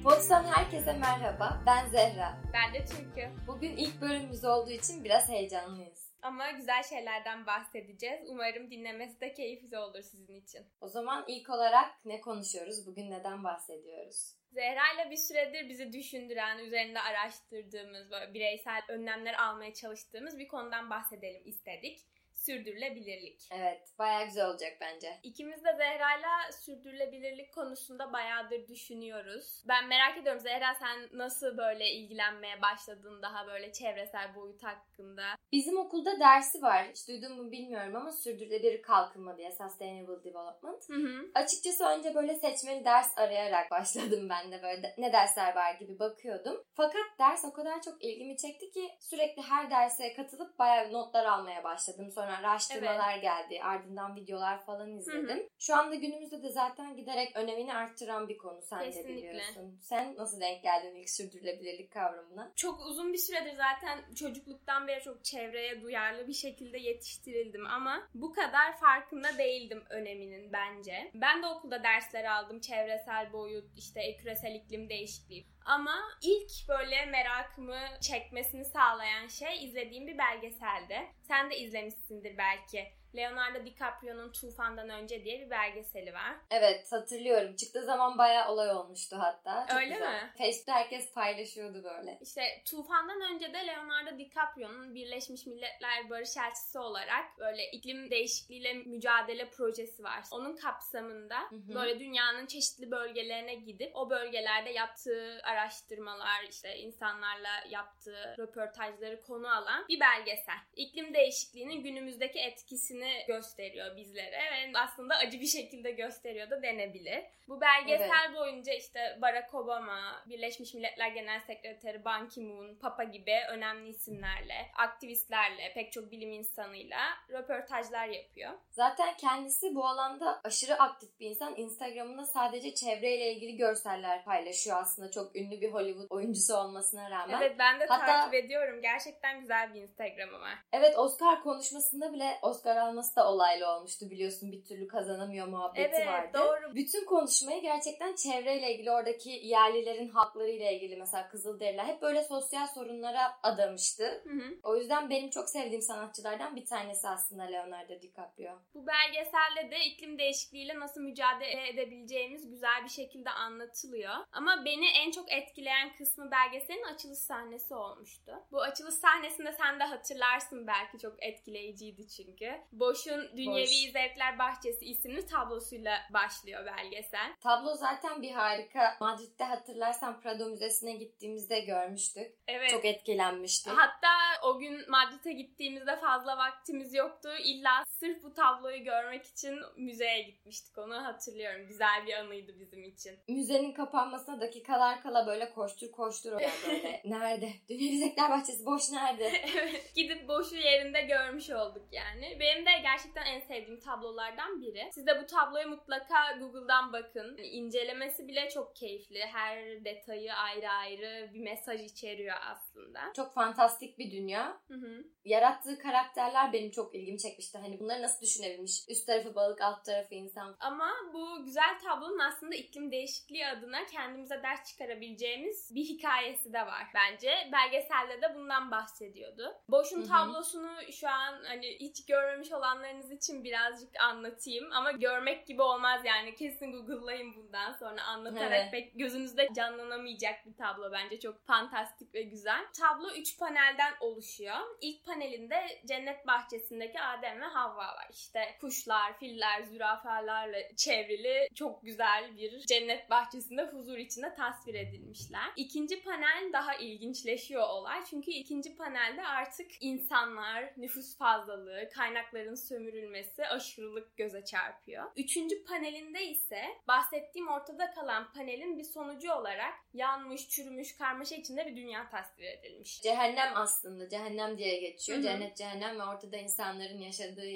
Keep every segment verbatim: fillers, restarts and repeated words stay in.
Podsan herkese merhaba, ben Zehra. Ben de Türkü. Bugün ilk bölümümüz olduğu için biraz heyecanlıyız. Ama güzel şeylerden bahsedeceğiz. Umarım dinlemesi de keyifli olur sizin için. O zaman ilk olarak ne konuşuyoruz? Bugün neden bahsediyoruz? Zehra'yla bir süredir bizi düşündüren, üzerinde araştırdığımız, böyle bireysel önlemler almaya çalıştığımız bir konudan bahsedelim istedik. Sürdürülebilirlik. Evet, bayağı güzel olacak bence. İkimiz de Zehra'yla sürdürülebilirlik konusunda bayağıdır düşünüyoruz. Ben merak ediyorum, Zehra sen nasıl böyle ilgilenmeye başladın daha böyle çevresel boyut hakkında? Bizim okulda dersi var. Hiç duydun mu bilmiyorum ama sürdürülebilir kalkınma diye, Sustainable Development. Hı hı. Açıkçası önce böyle seçmeli ders arayarak başladım ben de, böyle ne dersler var gibi bakıyordum. Fakat ders o kadar çok ilgimi çekti ki sürekli her derse katılıp bayağı notlar almaya başladım. Sonra araştırmalar evet. geldi. Ardından videolar falan izledim. Hı hı. Şu anda günümüzde de zaten giderek önemini arttıran bir konu. Sen Kesinlikle. de biliyorsun. Sen nasıl denk geldin ilk sürdürülebilirlik kavramına? Çok uzun bir süredir zaten çocukluktan beri çok çevreye duyarlı bir şekilde yetiştirildim ama bu kadar farkında değildim öneminin bence. Ben de okulda dersler aldım. Çevresel boyut, işte küresel iklim değişikliği. Ama ilk böyle merakımı çekmesini sağlayan şey izlediğim bir belgeseldi. Sen de izlemişsindir belki. Leonardo DiCaprio'nun Tufan'dan Önce diye bir belgeseli var. Evet, hatırlıyorum. Çıktığı zaman bayağı olay olmuştu hatta. Çok Öyle güzel. mi? Facebook'ta herkes paylaşıyordu böyle. İşte Tufan'dan önce de Leonardo DiCaprio'nun Birleşmiş Milletler Barış Elçisi olarak böyle iklim değişikliğiyle mücadele projesi var. Onun kapsamında hı hı. böyle dünyanın çeşitli bölgelerine gidip o bölgelerde yaptığı araştırmalar, işte insanlarla yaptığı röportajları konu alan bir belgesel. İklim değişikliğinin günümüzdeki etkisini gösteriyor bizlere ve aslında acı bir şekilde gösteriyor da denebilir. Bu belgesel evet. boyunca işte Barack Obama, Birleşmiş Milletler Genel Sekreteri Ban Ki-moon, Papa gibi önemli isimlerle, aktivistlerle, pek çok bilim insanıyla röportajlar yapıyor. Zaten kendisi bu alanda aşırı aktif bir insan. Instagram'ında sadece çevreyle ilgili görseller paylaşıyor aslında. Çok ünlü bir Hollywood oyuncusu olmasına rağmen. Evet, ben de Hatta, takip ediyorum. Gerçekten güzel bir Instagram'ı var. Evet, Oscar konuşmasında bile Oscar alması da olaylı olmuştu biliyorsun. Bir türlü kazanamıyor muhabbeti evet, vardı. Evet, doğru. Bütün konuşmayı gerçekten çevreyle ilgili, oradaki yerlilerin haklarıyla ilgili, mesela Kızılderililer hep böyle sosyal sorunlara adamıştı. Hı hı. O yüzden benim çok sevdiğim sanatçılardan bir tanesi aslında Leonardo DiCaprio. Bu belgeselde de iklim değişikliğiyle nasıl mücadele edebileceğimiz güzel bir şekilde anlatılıyor. Ama beni en çok etkileyen kısmı belgeselin açılış sahnesi olmuştu. Bu açılış sahnesinde sen de hatırlarsın belki, çok etkileyiciydi çünkü. Boş'un Dünyevi Boş. Zevkler Bahçesi isimli tablosuyla başlıyor belgesel. Tablo zaten bir harika. Madrid'de hatırlarsan Prado Müzesi'ne gittiğimizde görmüştük. Evet. Çok etkilenmiştik. Hatta o gün Madrid'e gittiğimizde fazla vaktimiz yoktu. İlla sırf bu tabloyu görmek için müzeye gitmiştik. Onu hatırlıyorum. Güzel bir anıydı bizim için. Müzenin kapanmasına dakikalar kala böyle koştur koştur oraya böyle. Nerede? Dünyevi Zevkler Bahçesi boş nerede? Evet. Gidip Boş'u yerinde görmüş olduk yani. Benim de gerçekten en sevdiğim tablolardan biri. Siz de bu tabloyu mutlaka Google'dan bakın. İncelemesi bile çok keyifli. Her detayı ayrı ayrı bir mesaj içeriyor aslında. Çok fantastik bir dünya. Hı hı. Yarattığı karakterler benim çok ilgimi çekmişti. Hani bunları nasıl düşünebilmiş? Üst tarafı balık, alt tarafı insan. Ama bu güzel tablonun aslında iklim değişikliği adına kendimize ders çıkarabileceğimiz bir hikayesi de var bence. Belgeselde de bundan bahsediyordu. Boş'un tablosunu şu an hani hiç görmemiş olanlarınız için birazcık anlatayım ama görmek gibi olmaz yani. Kesin Google'layın bundan sonra, anlatarak evet. pek gözünüzde canlanamayacak bir tablo bence. Çok fantastik ve güzel. Tablo üç panelden oluşuyor. İlk panelinde cennet bahçesindeki Adem ve Havva var. İşte kuşlar, filler, zürafalarla çevrili çok güzel bir cennet bahçesinde huzur içinde tasvir edilmişler. İkinci panel daha ilginçleşiyor olay. Çünkü ikinci panelde artık insanlar, nüfus fazlalığı, kaynakların sömürülmesi, aşırılık göze çarpıyor. Üçüncü panelinde ise bahsettiğim ortada kalan panelin bir sonucu olarak yanmış, çürümüş, karmaşa içinde bir dünya tasvir edilmiş. Cehennem aslında. Cehennem diye geçiyor. Hı-hı. Cennet, cehennem ve ortada insanların yaşadığı yer.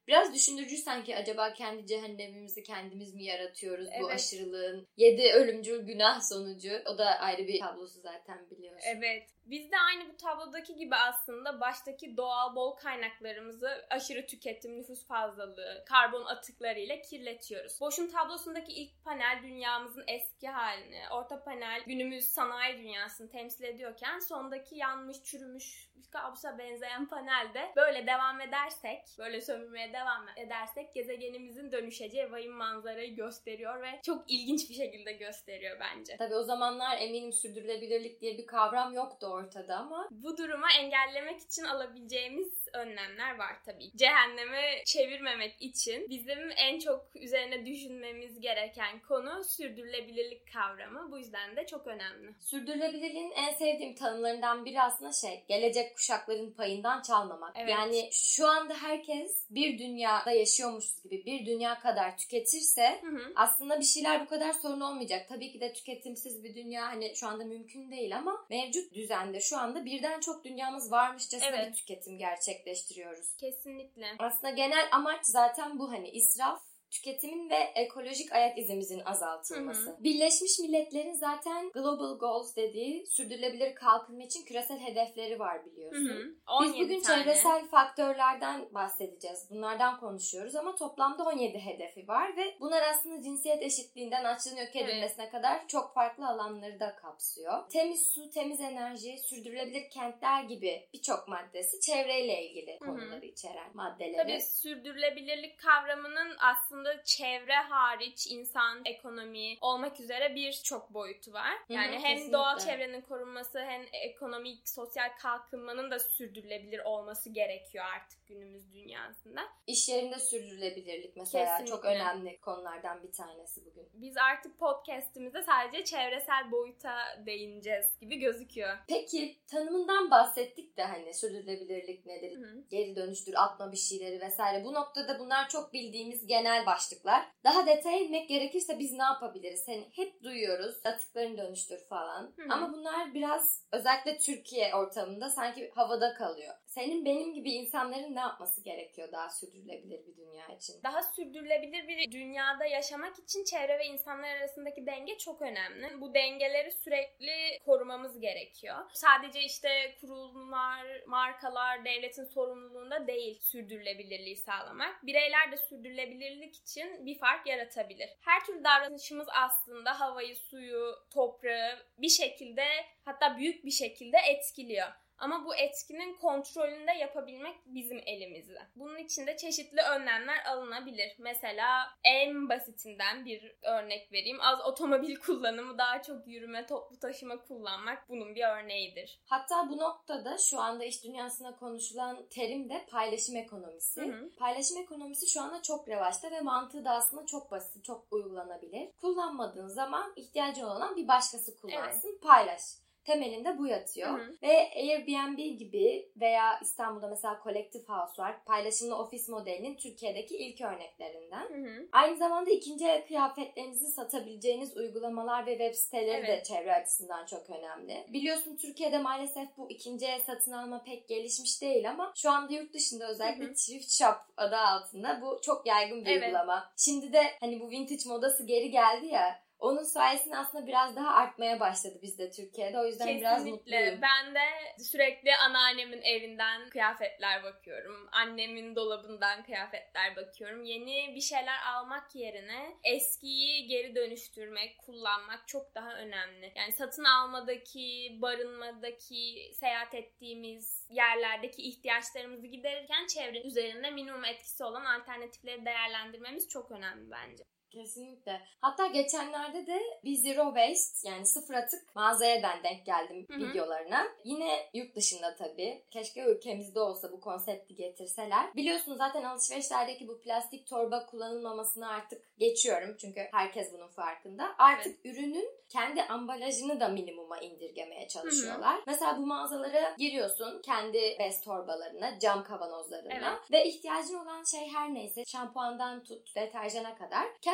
Biraz düşündürücü sanki, acaba kendi cehennemimizi kendimiz mi yaratıyoruz evet. bu aşırılığın yedi ölümcül günah sonucu. O da ayrı bir tablosu zaten, biliyorsun. Evet. Biz de aynı bu tablodaki gibi aslında baştaki doğal bol kaynaklarımızı aşırı tüketim, nüfus fazlalığı, karbon atıklarıyla kirletiyoruz. Boş'un tablosundaki ilk panel dünyamızın eski halini, orta panel günümüz sanayi dünyasını temsil ediyorken sondaki yanmış, çürümüş, kabusa benzeyen panelde böyle devam edersek, böyle sömürmeye devam edersek gezegenimizin dönüşeceği vahim manzarayı gösteriyor ve çok ilginç bir şekilde gösteriyor bence. Tabii o zamanlar eminim sürdürülebilirlik diye bir kavram yoktu ortada ama bu durumu engellemek için alabileceğimiz önlemler var tabii. Cehenneme çevirmemek için bizim en çok üzerine düşünmemiz gereken konu sürdürülebilirlik kavramı. Bu yüzden de çok önemli. Sürdürülebilirliğin en sevdiğim tanımlarından biri aslında şey, gelecek kuşakların payından çalmamak. Evet. Yani şu anda herkes bir dünyada yaşıyormuşuz gibi bir dünya kadar tüketirse hı hı. aslında bir şeyler bu kadar sorun olmayacak. Tabii ki de tüketimsiz bir dünya hani şu anda mümkün değil ama mevcut düzende şu anda birden çok dünyamız varmışçasına evet. bir tüketim gerçekleştiriyoruz. Kesinlikle. Aslında genel amaç zaten bu, hani israf, tüketimin ve ekolojik ayak izimizin azaltılması. Hı hı. Birleşmiş Milletler'in zaten Global Goals dediği sürdürülebilir kalkınma için küresel hedefleri var, biliyorsun. Hı hı. Biz bugün tane. çevresel faktörlerden bahsedeceğiz. Bunlardan konuşuyoruz ama toplamda on yedi hedefi var ve bunlar aslında cinsiyet eşitliğinden açlığın yok edilmesine evet. kadar çok farklı alanları da kapsıyor. Temiz su, temiz enerji, sürdürülebilir kentler gibi birçok maddesi çevreyle ilgili hı hı. konuları içeren maddeleri. Tabii sürdürülebilirlik kavramının aslında çevre hariç insan, ekonomi olmak üzere birçok boyutu var. Yani Hı-hı, hem kesinlikle. Doğal çevrenin korunması hem ekonomik, sosyal kalkınmanın da sürdürülebilir olması gerekiyor artık günümüz dünyasında. İş yerinde sürdürülebilirlik mesela kesinlikle. Çok önemli konulardan bir tanesi bugün. Biz artık podcast'imizde sadece çevresel boyuta değineceğiz gibi gözüküyor. Peki tanımından bahsettik de hani sürdürülebilirlik nedir? Hı-hı. Geri dönüştür, atma bir şeyleri vesaire. Bu noktada bunlar çok bildiğimiz genel başlıklar. Daha detaya inmek gerekirse biz ne yapabiliriz? Hani hep duyuyoruz, atıklarını dönüştür falan. Hı-hı. Ama bunlar biraz özellikle Türkiye ortamında sanki havada kalıyor. Senin benim gibi insanların ne yapması gerekiyor daha sürdürülebilir bir dünya için? Daha sürdürülebilir bir dünyada yaşamak için çevre ve insanlar arasındaki denge çok önemli. Bu dengeleri sürekli korumamız gerekiyor. Sadece işte kurumlar, markalar, devletin sorumluluğunda değil sürdürülebilirliği sağlamak. Bireyler de sürdürülebilirlik için bir fark yaratabilir. Her türlü davranışımız aslında havayı, suyu, toprağı bir şekilde, hatta büyük bir şekilde etkiliyor. Ama bu etkinin kontrolünü de yapabilmek bizim elimizde. Bunun için de çeşitli önlemler alınabilir. Mesela en basitinden bir örnek vereyim. Az otomobil kullanımı, daha çok yürüme, toplu taşıma kullanmak bunun bir örneğidir. Hatta bu noktada şu anda iş dünyasında konuşulan terim de paylaşım ekonomisi. Hı hı. Paylaşım ekonomisi şu anda çok revaçta ve mantığı da aslında çok basit, çok uygulanabilir. Kullanmadığın zaman ihtiyacın olan bir başkası kullansın, evet. paylaş. Temelinde bu yatıyor. Hı hı. Ve Airbnb gibi veya İstanbul'da mesela Collective House var. Paylaşımlı ofis modelinin Türkiye'deki ilk örneklerinden. Hı hı. Aynı zamanda ikinci el kıyafetlerinizi satabileceğiniz uygulamalar ve web siteleri evet. de çevre açısından çok önemli. Biliyorsun Türkiye'de maalesef bu ikinci el satın alma pek gelişmiş değil ama şu anda yurt dışında özellikle hı hı. thrift shop adı altında bu çok yaygın bir evet. uygulama. Şimdi de hani bu vintage modası geri geldi ya. Onun sayesinde aslında biraz daha artmaya başladı bizde Türkiye'de. O yüzden kesinlikle. Biraz mutluyum. Ben de sürekli anneannemin evinden kıyafetler bakıyorum. Annemin dolabından kıyafetler bakıyorum. Yeni bir şeyler almak yerine eskiyi geri dönüştürmek, kullanmak çok daha önemli. Yani satın almadaki, barınmadaki, seyahat ettiğimiz yerlerdeki ihtiyaçlarımızı giderirken çevre üzerinde minimum etkisi olan alternatifleri değerlendirmemiz çok önemli bence. Kesinlikle. Hatta geçenlerde de bir zero waste yani sıfır atık mağazaya ben denk geldim Hı-hı. videolarına. Yine yurt dışında tabii. Keşke ülkemizde olsa bu konsepti getirseler. Biliyorsunuz zaten alışverişlerdeki bu plastik torba kullanılmamasını artık geçiyorum. Çünkü herkes bunun farkında. Artık evet. ürünün kendi ambalajını da minimuma indirgemeye çalışıyorlar. Hı-hı. Mesela bu mağazalara giriyorsun kendi bez torbalarına, cam kavanozlarına evet. ve ihtiyacın olan şey her neyse şampuandan tut deterjana kadar kendi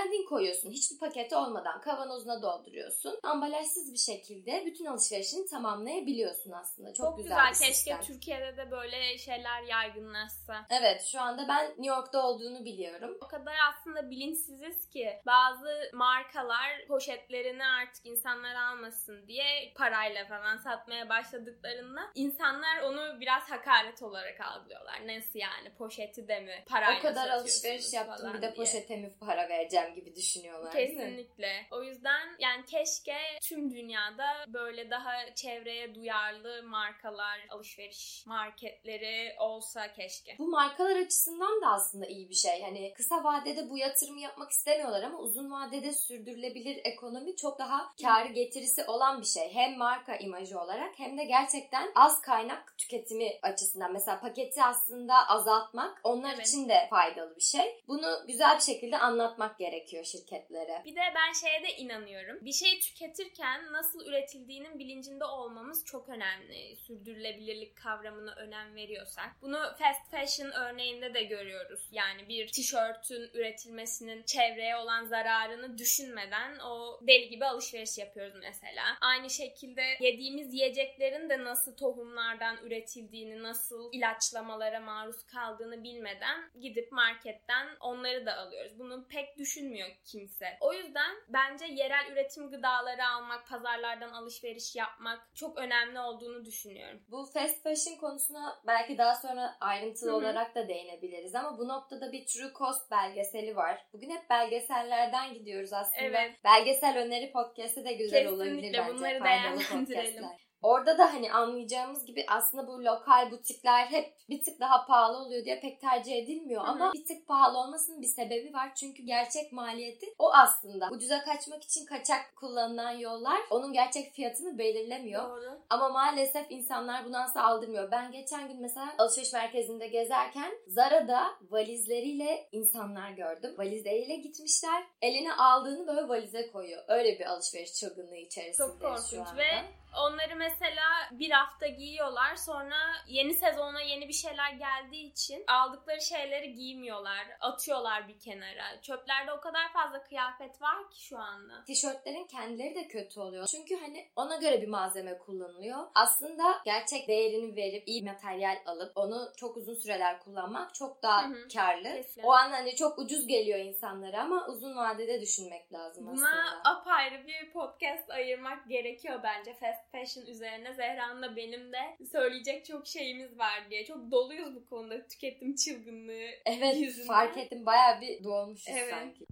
Kendin koyuyorsun. Hiçbir paketi olmadan kavanozuna dolduruyorsun. Ambalajsız bir şekilde bütün alışverişini tamamlayabiliyorsun aslında. Çok, Çok güzel, güzel. bir Keşke sistem. Türkiye'de de böyle şeyler yaygınlaşsa. Evet, şu anda ben New York'ta olduğunu biliyorum. O kadar aslında bilinçsiziz ki bazı markalar poşetlerini artık insanlar almasın diye parayla falan satmaya başladıklarında insanlar onu biraz hakaret olarak algılıyorlar. Nasıl yani, poşeti de mi parayla o kadar satıyorsunuz alışveriş yaptım bir de diye. poşete mi para vereceğim gibi düşünüyorlar. Kesinlikle. O yüzden yani keşke tüm dünyada böyle daha çevreye duyarlı markalar, alışveriş marketleri olsa keşke. Bu markalar açısından da aslında iyi bir şey. Hani kısa vadede bu yatırımı yapmak istemiyorlar ama uzun vadede sürdürülebilir ekonomi çok daha kârı getirisi olan bir şey. Hem marka imajı olarak hem de gerçekten az kaynak tüketimi açısından. Mesela paketi aslında azaltmak onlar Evet. için de faydalı bir şey. Bunu güzel bir şekilde anlatmak gerekiyor şirketlere. Bir de ben şeye de inanıyorum. Bir şeyi tüketirken nasıl üretildiğinin bilincinde olmamız çok önemli. Sürdürülebilirlik kavramına önem veriyorsak. Bunu fast fashion örneğinde de görüyoruz. Yani bir tişörtün üretilmesinin çevreye olan zararını düşünmeden o deli gibi alışveriş yapıyoruz mesela. Aynı şekilde yediğimiz yiyeceklerin de nasıl tohumlardan üretildiğini, nasıl ilaçlamalara maruz kaldığını bilmeden gidip marketten onları da alıyoruz. Bunu pek düşünmüyor kimse. O yüzden bence yerel üretim gıdaları almak, pazarlardan alışveriş yapmak çok önemli olduğunu düşünüyorum. Bu fast fashion konusuna belki daha sonra ayrıntılı Hı hı. olarak da değinebiliriz ama bu noktada bir True Cost belgeseli var. Bugün hep belgesellerden gidiyoruz aslında. Evet. Belgesel öneri podcast'ı da güzel Kesinlikle, olabilir bence. bunları Faydalı değerlendirelim. podcastler. Orada da hani anlayacağımız gibi aslında bu lokal butikler hep bir tık daha pahalı oluyor diye pek tercih edilmiyor. Hı hı. Ama bir tık pahalı olmasının bir sebebi var. Çünkü gerçek maliyeti o aslında. Ucuza kaçmak için kaçak kullanılan yollar onun gerçek fiyatını belirlemiyor. Doğru. Ama maalesef insanlar bunu asla aldırmıyor. Ben geçen gün mesela alışveriş merkezinde gezerken Zara'da valizleriyle insanlar gördüm. Valizleriyle gitmişler. Eline aldığını böyle valize koyuyor. Öyle bir alışveriş çılgınlığı içerisindeyiz Çok korkunç şu anda. ve onları mesela bir hafta giyiyorlar, sonra yeni sezona yeni bir şeyler geldiği için aldıkları şeyleri giymiyorlar, atıyorlar bir kenara. Çöplerde o kadar fazla kıyafet var ki şu anda. Tişörtlerin kendileri de kötü oluyor. Çünkü hani ona göre bir malzeme kullanılıyor. Aslında gerçek değerini verip iyi materyal alıp onu çok uzun süreler kullanmak çok daha Hı hı. karlı. Kesinlikle. O an hani çok ucuz geliyor insanlara ama uzun vadede düşünmek lazım Buna aslında. apayrı bir podcast ayırmak gerekiyor bence. Fast fashion üzerine Zehra'nın da benim de söyleyecek çok şeyimiz var diye. Çok doluyuz bu konuda, tüketim çılgınlığı Evet, yüzünden. fark ettim. Bayağı bir dolmuşuz Evet. sanki.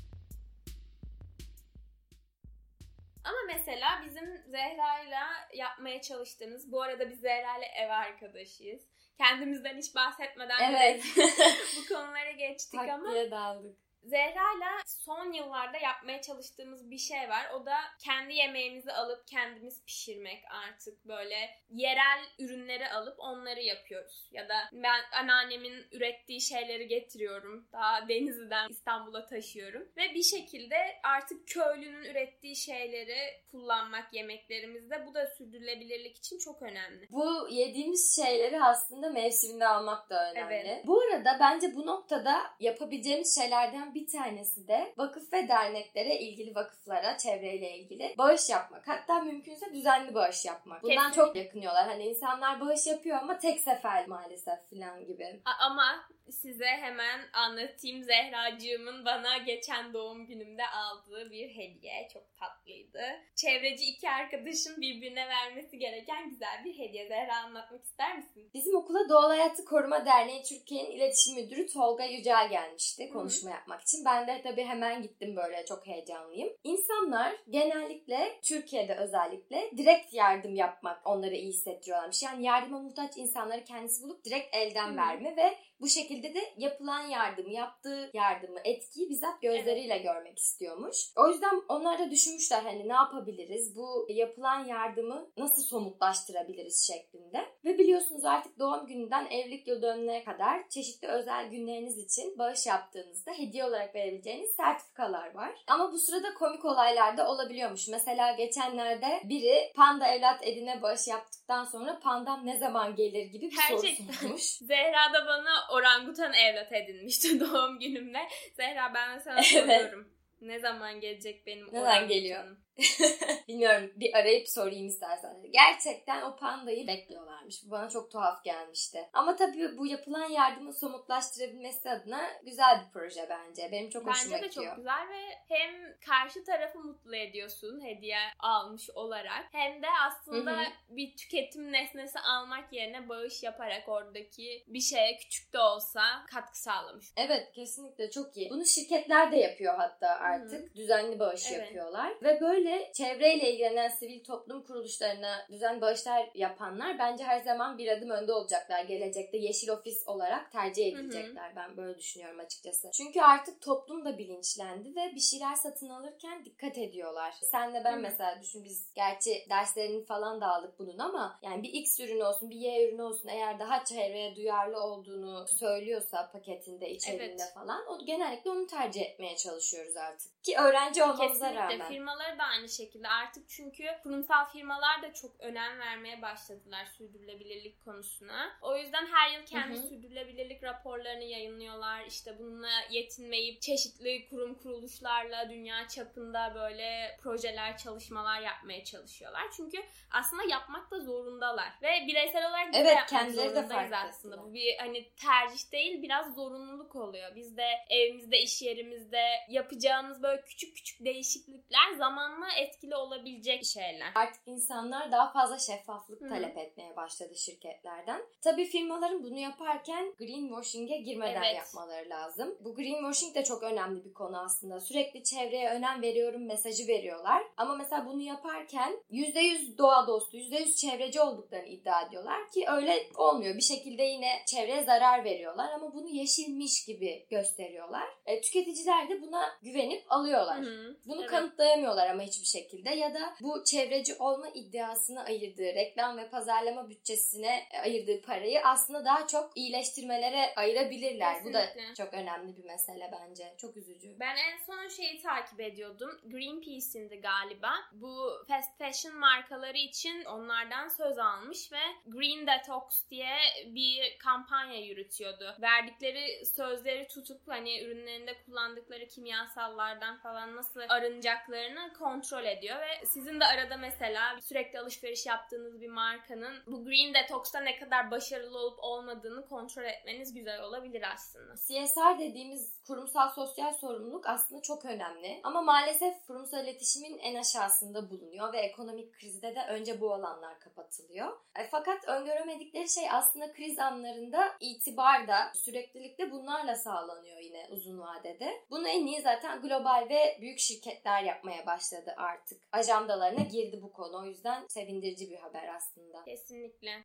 Ama mesela bizim Zehra'yla yapmaya çalıştığımız, bu arada biz Zehra'yla ev arkadaşıyız. Kendimizden hiç bahsetmeden Evet. bu konulara geçtik ama Takviye daldık. Zehra'yla son yıllarda yapmaya çalıştığımız bir şey var. O da kendi yemeğimizi alıp kendimiz pişirmek artık. Böyle yerel ürünleri alıp onları yapıyoruz. Ya da ben anneannemin ürettiği şeyleri getiriyorum. Daha Denizli'den İstanbul'a taşıyorum. Ve bir şekilde artık köylünün ürettiği şeyleri kullanmak yemeklerimizde. Bu da sürdürülebilirlik için çok önemli. Bu yediğimiz şeyleri aslında mevsiminde almak da önemli. Evet. Bu arada bence bu noktada yapabileceğimiz şeylerden bir tanesi de vakıf ve derneklere, ilgili vakıflara, çevreyle ilgili bağış yapmak. Hatta mümkünse düzenli bağış yapmak. Bundan Kesinlikle. çok yakınıyorlar. Hani insanlar bağış yapıyor ama tek sefer maalesef filan gibi. A- ama size hemen anlatayım. Zehracığımın bana geçen doğum günümde aldığı bir hediye. Çok tatlıydı. Çevreci iki arkadaşın birbirine vermesi gereken güzel bir hediye. Zehra, anlatmak ister misin? Bizim okula Doğal Hayatı Koruma Derneği Türkiye'nin iletişim müdürü Tolga Yücel gelmişti konuşma Hı-hı. yapmak için. Ben de tabii hemen gittim, böyle çok heyecanlıyım. İnsanlar genellikle, Türkiye'de özellikle direkt yardım yapmak onları iyi hissettiriyorlarmış. Yani yardıma muhtaç insanları kendisi bulup direkt elden Hı-hı. verme ve bu şekilde de yapılan yardımı, yaptığı yardımı, etkiyi bizzat gözleriyle evet. görmek istiyormuş. O yüzden onlar da düşünmüşler hani ne yapabiliriz, bu yapılan yardımı nasıl somutlaştırabiliriz şeklinde. Ve biliyorsunuz artık doğum gününden evlilik yıl dönümüne kadar çeşitli özel günleriniz için bağış yaptığınızda hediye olarak verebileceğiniz sertifikalar var. Ama bu sırada komik olaylar da olabiliyormuş. Mesela geçenlerde biri panda evlat edine bağış yaptıktan sonra pandam ne zaman gelir gibi bir Gerçekten. soru sormuş. Zehra da bana orangutan evlat edinmişti doğum günümde. Zehra, ben de sana soruyorum. Ne zaman gelecek benim Neden geliyor? Bilmiyorum. Bir arayıp sorayım istersen. Gerçekten o pandayı bekliyorlarmış. Bu bana çok tuhaf gelmişti. Ama tabii bu yapılan yardımı somutlaştırabilmesi adına güzel bir proje bence. Benim çok bence hoşuma gidiyor. Bence de çok güzel ve hem karşı tarafı mutlu ediyorsun hediye almış olarak hem de aslında hı hı. bir tüketim nesnesi almak yerine bağış yaparak oradaki bir şeye küçük de olsa katkı sağlamış. Evet, kesinlikle çok iyi. Bunu şirketler de yapıyor hatta artık. Hı hı. Düzenli bağış evet. yapıyorlar. Ve böyle çevreyle ilgilenen sivil toplum kuruluşlarına düzenli bağışlar yapanlar bence her zaman bir adım önde olacaklar. Gelecekte yeşil ofis olarak tercih edilecekler. Hı hı. Ben böyle düşünüyorum açıkçası. Çünkü artık toplum da bilinçlendi ve bir şeyler satın alırken dikkat ediyorlar. Sen de ben hı hı. mesela düşün, biz gerçi derslerini falan da aldık bunun ama yani bir X ürünü olsun, bir Y ürünü olsun, eğer daha çevreye duyarlı olduğunu söylüyorsa paketinde, içeriğinde evet. falan, o genellikle onu tercih etmeye çalışıyoruz artık. Ki öğrenci olmamıza kesinlikle. rağmen. Kesinlikle. Firmaları da aynı şekilde. Artık çünkü kurumsal firmalar da çok önem vermeye başladılar sürdürülebilirlik konusuna. O yüzden her yıl kendi hı hı. sürdürülebilirlik raporlarını yayınlıyorlar. İşte bununla yetinmeyip çeşitli kurum kuruluşlarla dünya çapında böyle projeler, çalışmalar yapmaya çalışıyorlar. Çünkü aslında yapmak da zorundalar. Ve bireysel olarak biz evet, de kendileri de farklı aslında. Bu bir hani tercih değil, biraz zorunluluk oluyor. Biz de evimizde, iş yerimizde yapacağımız böyle küçük küçük değişiklikler zamanla etkili olabilecek şeyler. Artık insanlar daha fazla şeffaflık Hı-hı. talep etmeye başladı şirketlerden. Tabii firmaların bunu yaparken greenwashing'e girmeden evet. yapmaları lazım. Bu greenwashing de çok önemli bir konu aslında. Sürekli çevreye önem veriyorum mesajı veriyorlar. Ama mesela bunu yaparken yüzde yüz doğa dostu, yüzde yüz çevreci olduklarını iddia ediyorlar ki öyle olmuyor. Bir şekilde yine çevreye zarar veriyorlar ama bunu yeşilmiş gibi gösteriyorlar. E, tüketiciler de buna güvenip alıyorlar. Hı-hı. Bunu evet. kanıtlayamıyorlar ama hiçbir şekilde, ya da bu çevreci olma iddiasını ayırdığı reklam ve pazarlama bütçesine ayırdığı parayı aslında daha çok iyileştirmelere ayırabilirler. Kesinlikle. Bu da çok önemli bir mesele bence. Çok üzücü. Ben en son şeyi takip ediyordum. Greenpeace'indi galiba. Bu fast fashion markaları için onlardan söz almış ve Green Detox diye bir kampanya yürütüyordu. Verdikleri sözleri tutup hani ürünlerinde kullandıkları kimyasallardan falan nasıl arınacaklarını kontrol ediyor ve sizin de arada mesela sürekli alışveriş yaptığınız bir markanın bu Green Detox'ta ne kadar başarılı olup olmadığını kontrol etmeniz güzel olabilir aslında. C S R dediğimiz kurumsal sosyal sorumluluk aslında çok önemli ama maalesef kurumsal iletişimin en aşağısında bulunuyor ve ekonomik krizde de önce bu alanlar kapatılıyor. E, fakat öngöremedikleri şey aslında kriz anlarında itibar da süreklilikle bunlarla sağlanıyor yine uzun vadede. Bunu en iyi zaten global ve büyük şirketler yapmaya başladı artık. Ajandalarına girdi bu konu. O yüzden sevindirici bir haber aslında. Kesinlikle.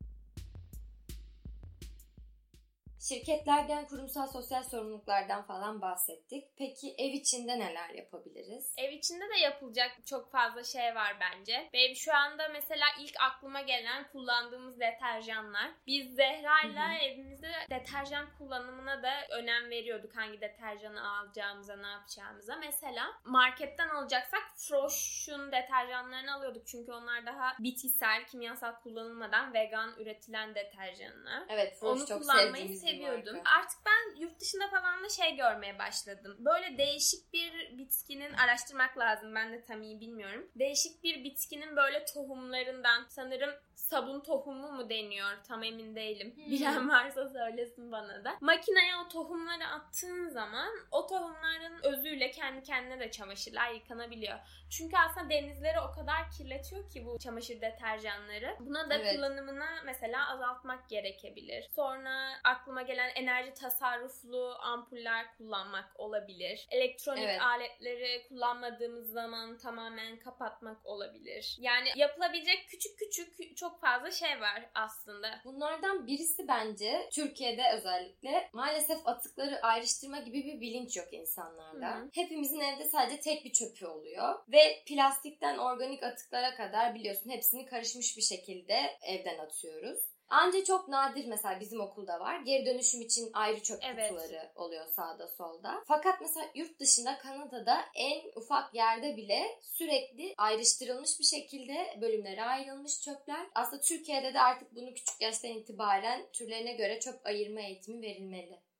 Şirketlerden, kurumsal sosyal sorumluluklardan falan bahsettik. Peki ev içinde neler yapabiliriz? Ev içinde de yapılacak çok fazla şey var bence. Benim şu anda mesela ilk aklıma gelen kullandığımız deterjanlar. Biz Zehra'yla evimizde deterjan kullanımına da önem veriyorduk. Hangi deterjanı alacağımıza, ne yapacağımıza. Mesela marketten alacaksak Frosch'un deterjanlarını alıyorduk. Çünkü onlar daha bitkisel, kimyasal kullanılmadan vegan üretilen deterjanlar. Evet, Frosch Onu çok kullanmayı seviyordum. Artık ben yurt dışında falan da şey görmeye başladım. Böyle değişik bir bitkinin, araştırmak lazım, ben de tam iyi bilmiyorum. Değişik bir bitkinin böyle tohumlarından, sanırım sabun tohumu mu deniyor? Tam emin değilim. Hmm. Bilen varsa söylesin bana da. Makineye o tohumları attığın zaman o tohumların özüyle kendi kendine de çamaşırlar yıkanabiliyor. Çünkü aslında denizleri o kadar kirletiyor ki bu çamaşır deterjanları. Buna da evet. kullanımını mesela azaltmak gerekebilir. Sonra aklıma gelen enerji tasarruflu ampuller kullanmak olabilir. Elektronik evet. aletleri kullanmadığımız zaman tamamen kapatmak olabilir. Yani yapılabilecek küçük küçük çok fazla şey var aslında. Bunlardan birisi bence Türkiye'de özellikle maalesef atıkları ayrıştırma gibi bir bilinç yok insanlarda. Hı-hı. Hepimizin evde sadece tek bir çöpü oluyor. Ve plastikten organik atıklara kadar biliyorsun hepsini karışmış bir şekilde evden atıyoruz. Ancak çok nadir mesela bizim okulda var. Geri dönüşüm için ayrı çöp evet. kutuları oluyor sağda solda. Fakat mesela yurt dışında, Kanada'da en ufak yerde bile sürekli ayrıştırılmış bir şekilde bölümlere ayrılmış çöpler. Aslında Türkiye'de de artık bunu küçük yaştan itibaren türlerine göre çöp ayırma eğitimi verilmeli.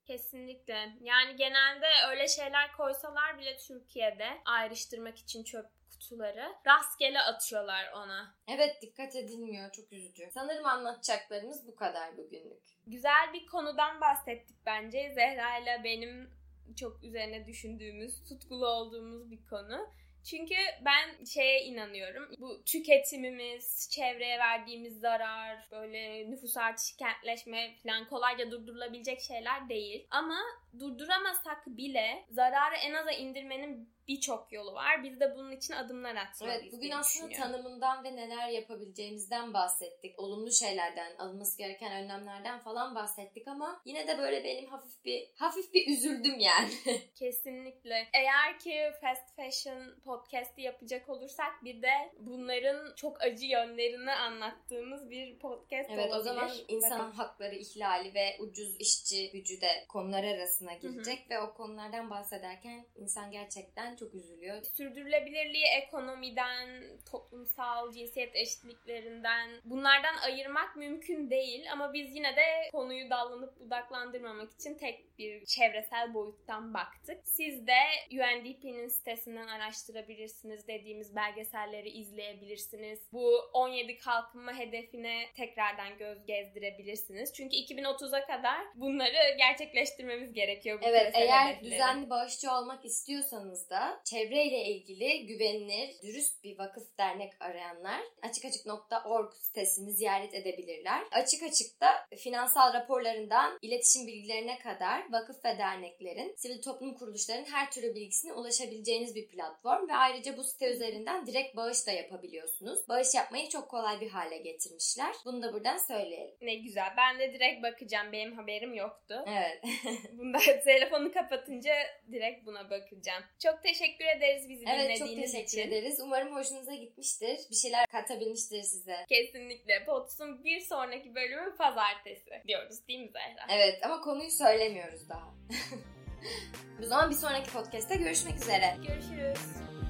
Kesinlikle. Yani genelde öyle şeyler koysalar bile Türkiye'de ayrıştırmak için çöp kutuları rastgele atıyorlar ona. Evet, dikkat edilmiyor. Çok üzücü. Sanırım anlatacaklarımız bu kadar bugünlük. Güzel bir konudan bahsettik bence. Zehra ile benim çok üzerine düşündüğümüz, tutkulu olduğumuz bir konu. Çünkü ben şeye inanıyorum. Bu tüketimimiz, çevreye verdiğimiz zarar, böyle nüfus artışı, kentleşme falan kolayca durdurulabilecek şeyler değil. Ama durduramasak bile zararı en aza indirmenin birçok yolu var. Biz de bunun için adımlar atmalıyız. Evet, bugün aslında tanımından ve neler yapabileceğimizden bahsettik. Olumlu şeylerden, alınması gereken önlemlerden falan bahsettik ama yine de böyle benim hafif bir hafif bir üzüldüm yani. Kesinlikle. Eğer ki fast fashion podcast'i yapacak olursak bir de bunların çok acı yönlerini anlattığımız bir podcast evet, olabilir. O zaman insan Bakın. hakları ihlali ve ucuz işçi gücü de konular arasına girecek. Hı hı. Ve o konulardan bahsederken insan gerçekten çok üzülüyor. Sürdürülebilirliği ekonomiden, toplumsal cinsiyet eşitliklerinden, bunlardan ayırmak mümkün değil ama biz yine de konuyu dallanıp budaklandırmamak için tek bir çevresel boyuttan baktık. Siz de U N D P'nin sitesinden araştırabilirsiniz, dediğimiz belgeselleri izleyebilirsiniz. Bu on yedi kalkınma hedefine tekrardan göz gezdirebilirsiniz. Çünkü iki bin otuza kadar bunları gerçekleştirmemiz gerekiyor. Bu evet, eğer hedefleri. Düzenli bağışçı olmak istiyorsanız da çevreyle ilgili güvenilir, dürüst bir vakıf dernek arayanlar açık açık nokta org sitesini ziyaret edebilirler. Açık Açık'ta finansal raporlarından iletişim bilgilerine kadar vakıf ve derneklerin, sivil toplum kuruluşlarının her türlü bilgisine ulaşabileceğiniz bir platform ve ayrıca bu site üzerinden direkt bağış da yapabiliyorsunuz. Bağış yapmayı çok kolay bir hale getirmişler. Bunu da buradan söyleyelim. Ne güzel. Ben de direkt bakacağım. Benim haberim yoktu. Evet. Bunda telefonu kapatınca direkt buna bakacağım. Çok teşekkür ederiz bizi evet, dinlediğiniz için. Evet, çok teşekkür için. ederiz. Umarım hoşunuza gitmiştir. Bir şeyler katabilmiştir size. Kesinlikle. Pots'un bir sonraki bölümü pazartesi diyoruz değil mi Zehra? Evet, ama konuyu söylemiyoruz daha. O zaman bir sonraki podcast'te görüşmek üzere. Görüşürüz.